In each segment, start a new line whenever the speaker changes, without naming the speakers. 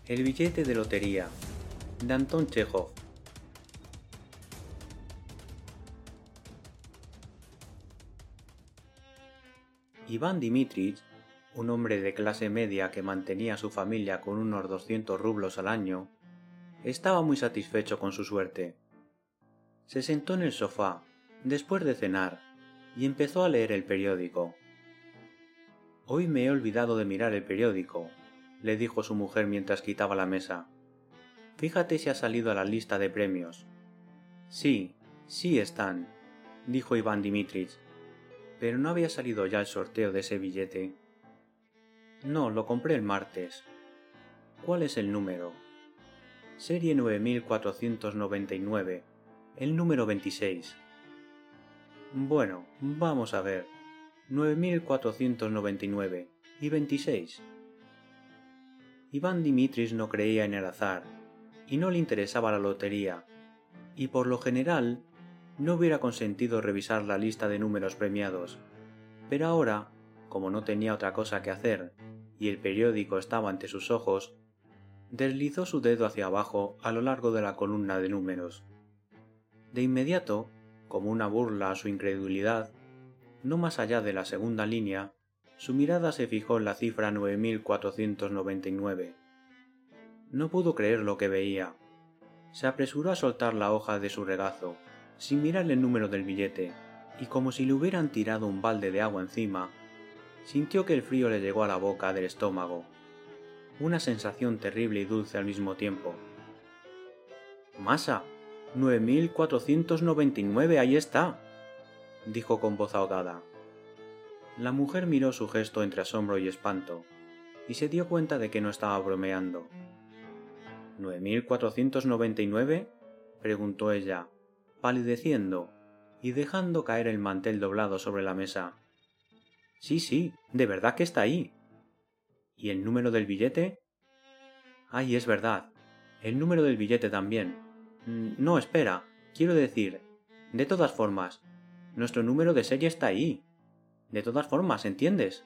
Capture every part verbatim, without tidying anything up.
El billete de lotería, de Anton Chejov. Iván Dmitrich, un hombre de clase media que mantenía a su familia con unos doscientos rublos al año, estaba muy satisfecho con su suerte. Se sentó en el sofá, después de cenar, y empezó a leer el periódico. «Hoy me he olvidado de mirar el periódico», le dijo su mujer mientras quitaba la mesa. «Fíjate si ha salido a la lista de premios». «Sí, sí están», dijo Iván Dmitrich. «Pero no había salido ya el sorteo de ese billete». «No, lo compré el martes». «¿Cuál es el número?» «Serie nueve mil cuatrocientos noventa y nueve, el número veintiséis». «Bueno, vamos a ver. nueve mil cuatrocientos noventa y nueve y veintiséis». Iván Dmitrich no creía en el azar, y no le interesaba la lotería, y por lo general no hubiera consentido revisar la lista de números premiados, pero ahora, como no tenía otra cosa que hacer, y el periódico estaba ante sus ojos, deslizó su dedo hacia abajo a lo largo de la columna de números. De inmediato, como una burla a su incredulidad, no más allá de la segunda línea, su mirada se fijó en la cifra nueve mil cuatrocientos noventa y nueve. No pudo creer lo que veía. Se apresuró a soltar la hoja de su regazo, sin mirar el número del billete, y como si le hubieran tirado un balde de agua encima, sintió que el frío le llegó a la boca del estómago. Una sensación terrible y dulce al mismo tiempo. «Masa, nueve mil cuatrocientos noventa y nueve, ahí está», dijo con voz ahogada. La mujer miró su gesto entre asombro y espanto, y se dio cuenta de que no estaba bromeando. «¿nueve mil cuatrocientos noventa y nueve?» preguntó ella, palideciendo y dejando caer el mantel doblado sobre la mesa. «Sí, sí, de verdad que está ahí». «¿Y el número del billete?» «Ay, es verdad, el número del billete también. No, espera, quiero decir, de todas formas, nuestro número de serie está ahí. De todas formas, ¿entiendes?»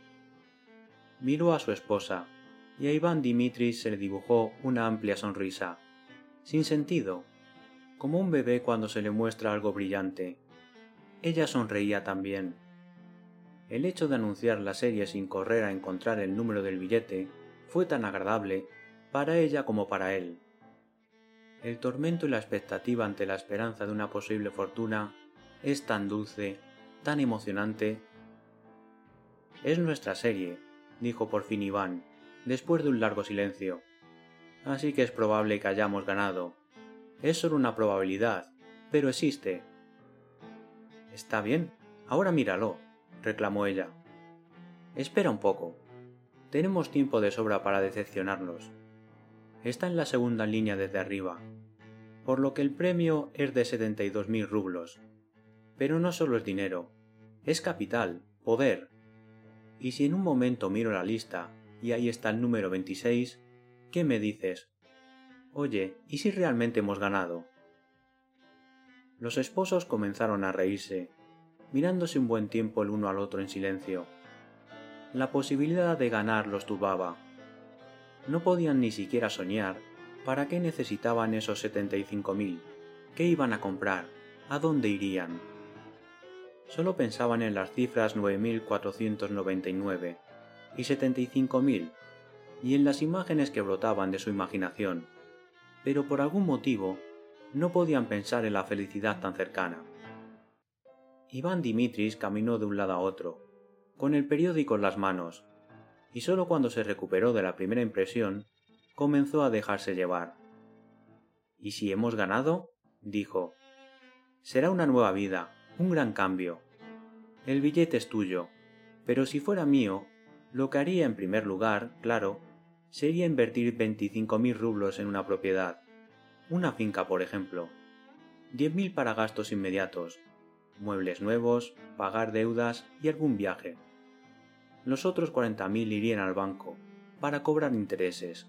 Miró a su esposa, y a Iván Dmitrich se le dibujó una amplia sonrisa, sin sentido, como un bebé cuando se le muestra algo brillante. Ella sonreía también. El hecho de anunciar la serie sin correr a encontrar el número del billete fue tan agradable para ella como para él. El tormento y la expectativa ante la esperanza de una posible fortuna es tan dulce, tan emocionante. «Es nuestra serie», dijo por fin Iván, después de un largo silencio. «Así que es probable que hayamos ganado. Es solo una probabilidad, pero existe». «Está bien, ahora míralo», reclamó ella. «Espera un poco. Tenemos tiempo de sobra para decepcionarnos. Está en la segunda línea desde arriba, por lo que el premio es de setenta y dos mil rublos. Pero no solo es dinero, es capital, poder. Y si en un momento miro la lista y ahí está el número veintiséis, ¿qué me dices? Oye, ¿y si realmente hemos ganado?» Los esposos comenzaron a reírse, mirándose un buen tiempo el uno al otro en silencio. La posibilidad de ganar los turbaba. No podían ni siquiera soñar para qué necesitaban esos setenta y cinco mil, qué iban a comprar, a dónde irían. Solo pensaban en las cifras nueve mil cuatrocientos noventa y nueve y setenta y cinco mil, y en las imágenes que brotaban de su imaginación, pero por algún motivo no podían pensar en la felicidad tan cercana. Iván Dmitrich caminó de un lado a otro, con el periódico en las manos, y solo cuando se recuperó de la primera impresión, comenzó a dejarse llevar. «¿Y si hemos ganado?», dijo. «Será una nueva vida, un gran cambio. El billete es tuyo, pero si fuera mío, lo que haría en primer lugar, claro, sería invertir veinticinco mil rublos en una propiedad, una finca por ejemplo, diez mil para gastos inmediatos, muebles nuevos, pagar deudas y algún viaje. Los otros cuarenta mil irían al banco, para cobrar intereses».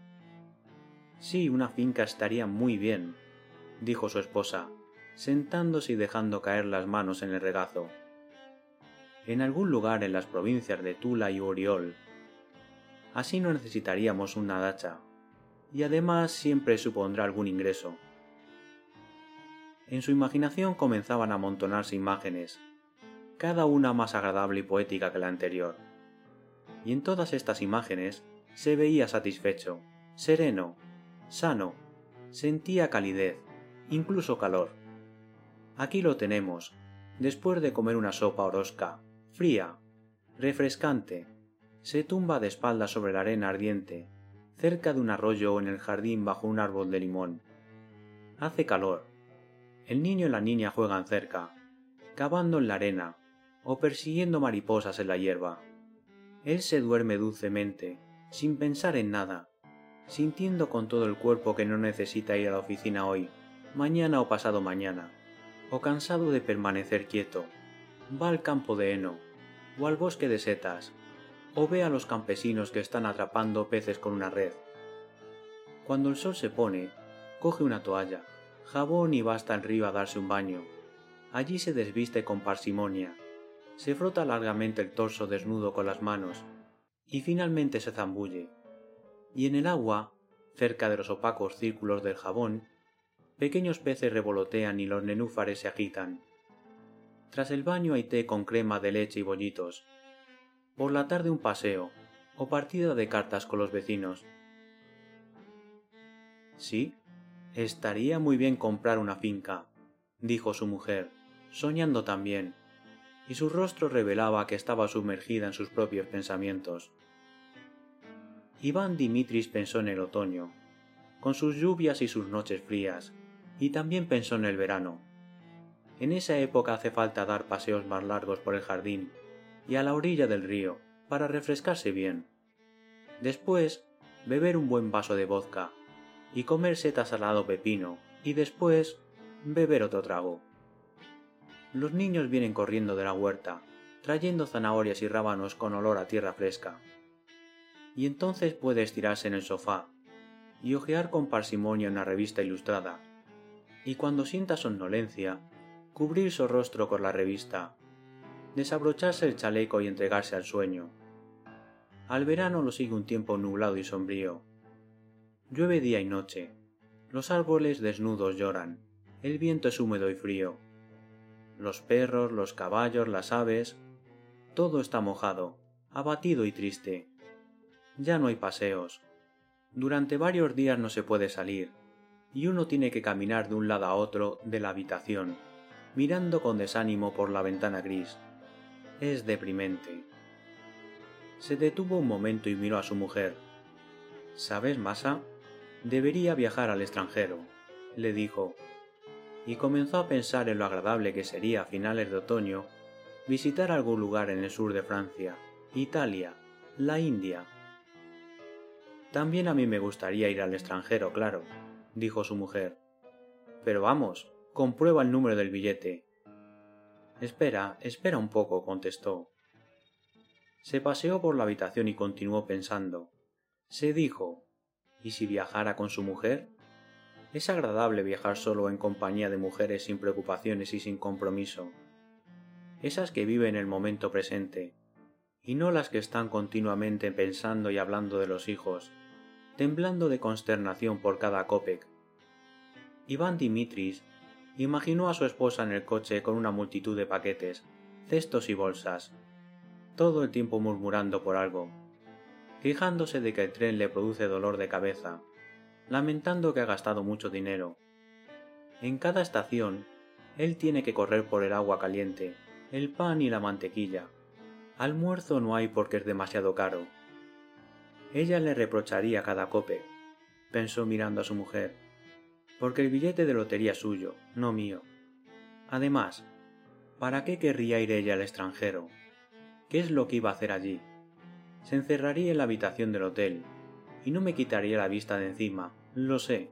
«Sí, una finca estaría muy bien», dijo su esposa, sentándose y dejando caer las manos en el regazo. «En algún lugar en las provincias de Tula y Oriol. Así no necesitaríamos una dacha, y además siempre supondrá algún ingreso. En su imaginación comenzaban a amontonarse imágenes, cada una más agradable y poética que la anterior. Y en todas estas imágenes se veía satisfecho, sereno, sano, sentía calidez, incluso calor. Aquí lo tenemos, después de comer una sopa orosca, fría, refrescante, se tumba de espaldas sobre la arena ardiente, cerca de un arroyo o en el jardín bajo un árbol de limón. Hace calor. El niño y la niña juegan cerca, cavando en la arena o persiguiendo mariposas en la hierba. Él se duerme dulcemente, sin pensar en nada, sintiendo con todo el cuerpo que no necesita ir a la oficina hoy, mañana o pasado mañana, o cansado de permanecer quieto. Va al campo de heno, o al bosque de setas, o ve a los campesinos que están atrapando peces con una red. Cuando el sol se pone, coge una toalla, jabón y va hasta el río a darse un baño. Allí se desviste con parsimonia, se frota largamente el torso desnudo con las manos, y finalmente se zambulle. Y en el agua, cerca de los opacos círculos del jabón, pequeños peces revolotean y los nenúfares se agitan. Tras el baño hay té con crema de leche y bollitos. Por la tarde un paseo, o partida de cartas con los vecinos. Sí, estaría muy bien comprar una finca, dijo su mujer, soñando también, y su rostro revelaba que estaba sumergida en sus propios pensamientos. Iván Dimitris pensó en el otoño, con sus lluvias y sus noches frías, y también pensó en el verano. En esa época hace falta dar paseos más largos por el jardín y a la orilla del río para refrescarse bien. Después, beber un buen vaso de vodka y comer setas al lado pepino y después beber otro trago. Los niños vienen corriendo de la huerta, trayendo zanahorias y rábanos con olor a tierra fresca. Y entonces puede estirarse en el sofá y hojear con parsimonia una revista ilustrada, y cuando sienta somnolencia, cubrir su rostro con la revista, desabrocharse el chaleco y entregarse al sueño. Al verano lo sigue un tiempo nublado y sombrío. Llueve día y noche, los árboles desnudos lloran, el viento es húmedo y frío. Los perros, los caballos, las aves, todo está mojado, abatido y triste. Ya no hay paseos. Durante varios días no se puede salir, y uno tiene que caminar de un lado a otro de la habitación, mirando con desánimo por la ventana gris. Es deprimente. Se detuvo un momento y miró a su mujer. ¿Sabes, Masa? Debería viajar al extranjero, le dijo, y comenzó a pensar en lo agradable que sería a finales de otoño visitar algún lugar en el sur de Francia, Italia, la India. También a mí me gustaría ir al extranjero, claro, dijo su mujer. Pero vamos, comprueba el número del billete. Espera, espera un poco, contestó. Se paseó por la habitación y continuó pensando. Se dijo, ¿y si viajara con su mujer? Es agradable viajar solo en compañía de mujeres sin preocupaciones y sin compromiso. Esas que viven el momento presente, y no las que están continuamente pensando y hablando de los hijos, temblando de consternación por cada copec. Iván Dimitris imaginó a su esposa en el coche con una multitud de paquetes, cestos y bolsas, todo el tiempo murmurando por algo, quejándose de que el tren le produce dolor de cabeza, lamentando que ha gastado mucho dinero. En cada estación, él tiene que correr por el agua caliente, el pan y la mantequilla. Almuerzo no hay porque es demasiado caro. Ella le reprocharía cada cope, pensó mirando a su mujer, porque el billete de lotería es suyo, no mío. Además, ¿para qué querría ir ella al extranjero? ¿Qué es lo que iba a hacer allí? Se encerraría en la habitación del hotel, y no me quitaría la vista de encima, lo sé.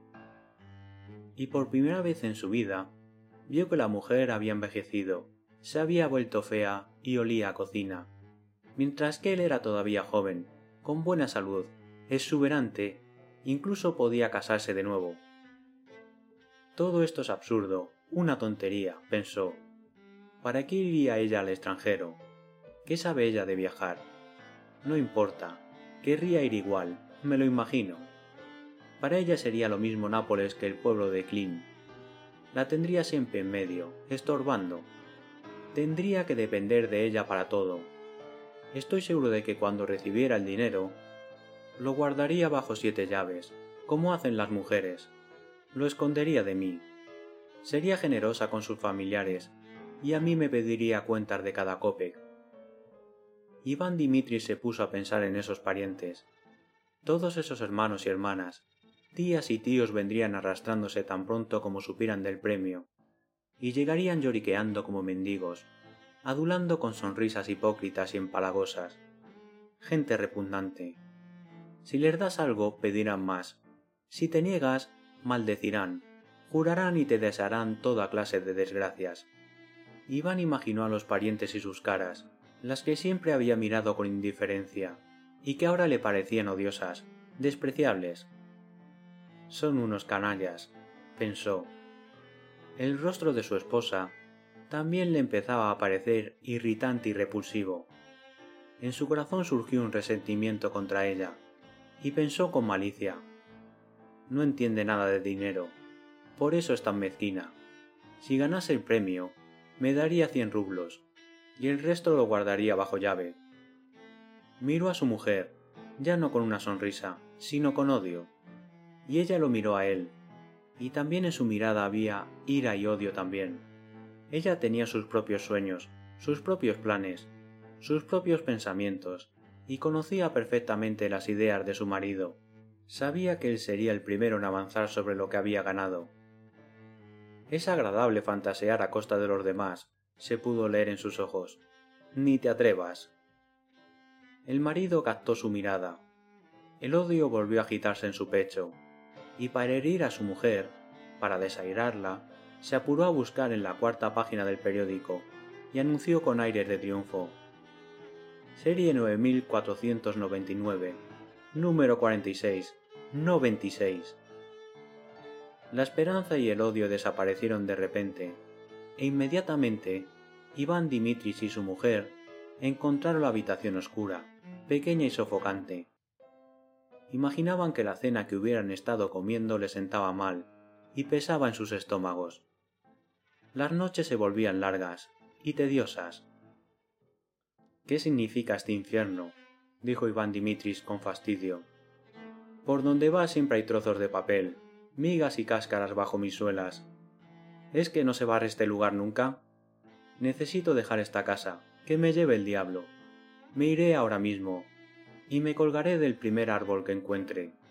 Y por primera vez en su vida, vio que la mujer había envejecido, se había vuelto fea y olía a cocina, mientras que él era todavía joven, con buena salud, exuberante, incluso podía casarse de nuevo. Todo esto es absurdo, una tontería, pensó. ¿Para qué iría ella al extranjero? ¿Qué sabe ella de viajar? No importa, querría ir igual, me lo imagino. Para ella sería lo mismo Nápoles que el pueblo de Klin. La tendría siempre en medio, estorbando. Tendría que depender de ella para todo. Estoy seguro de que cuando recibiera el dinero, lo guardaría bajo siete llaves, como hacen las mujeres. Lo escondería de mí. Sería generosa con sus familiares, y a mí me pediría cuentas de cada copec. Iván Dimitri se puso a pensar en esos parientes. Todos esos hermanos y hermanas, tías y tíos vendrían arrastrándose tan pronto como supieran del premio, y llegarían lloriqueando como mendigos, adulando con sonrisas hipócritas y empalagosas. Gente repugnante. Si les das algo, pedirán más. Si te niegas, maldecirán, jurarán y te desearán toda clase de desgracias. Iván imaginó a los parientes y sus caras, las que siempre había mirado con indiferencia, y que ahora le parecían odiosas, despreciables. Son unos canallas, pensó. El rostro de su esposa también le empezaba a parecer irritante y repulsivo. En su corazón surgió un resentimiento contra ella, y pensó con malicia: no entiende nada de dinero, por eso es tan mezquina. Si ganase el premio, me daría cien rublos, y el resto lo guardaría bajo llave. Miró a su mujer, ya no con una sonrisa, sino con odio, y ella lo miró a él, y también en su mirada había ira y odio también. Ella tenía sus propios sueños, sus propios planes, sus propios pensamientos, y conocía perfectamente las ideas de su marido. Sabía que él sería el primero en avanzar sobre lo que había ganado. Es agradable fantasear a costa de los demás, se pudo leer en sus ojos. Ni te atrevas. El marido captó su mirada. El odio volvió a agitarse en su pecho, y para herir a su mujer, para desairarla, se apuró a buscar en la cuarta página del periódico y anunció con aires de triunfo: Serie nueve mil cuatrocientos noventa y nueve, número cuarenta y seis, no veintiséis. La esperanza y el odio desaparecieron de repente, e inmediatamente Iván Dimitris y su mujer encontraron la habitación oscura, pequeña y sofocante. Imaginaban que la cena que hubieran estado comiendo les sentaba mal y pesaba en sus estómagos. Las noches se volvían largas y tediosas. ¿Qué significa este infierno?, dijo Iván Dimitris con fastidio. Por donde va siempre hay trozos de papel, migas y cáscaras bajo mis suelas. ¿Es que no se barre este lugar nunca? Necesito dejar esta casa, que me lleve el diablo. Me iré ahora mismo, y me colgaré del primer árbol que encuentre.